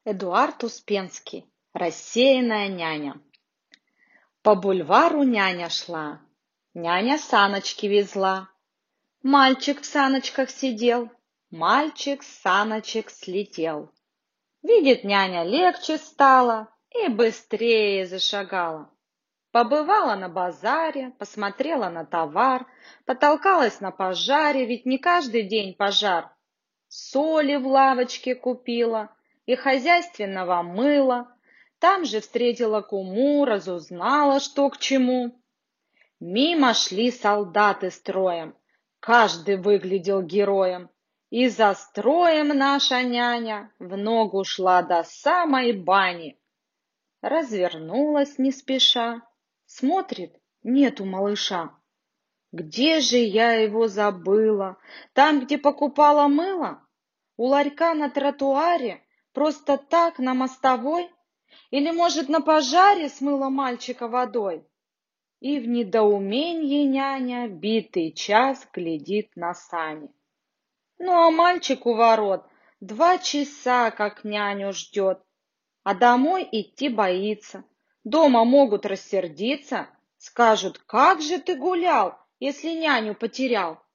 Эдуард Успенский. Рассеянная няня. По бульвару няня шла, няня саночки везла. Мальчик в саночках сидел, мальчик с саночек слетел. Видит няня, легче стало и быстрее зашагала. Побывала на базаре, посмотрела на товар, потолкалась на пожаре, ведь не каждый день пожар. Соли в лавочке купила и хозяйственного мыла. Там же встретила куму, разузнала, что к чему. Мимо шли солдаты строем, каждый выглядел героем. И за строем наша няня в ногу шла до самой бани. Развернулась не спеша, смотрит, нету малыша. Где же я его забыла? Там, где покупала мыло? У ларька на тротуаре? Просто так, на мостовой? Или, может, на пожаре смыла мальчика водой? И в недоуменье няня битый час глядит на сани. Ну, а мальчик у ворот 2 часа, как няню ждет, а домой идти боится. Дома могут рассердиться, скажут, как же ты гулял, если няню потерял?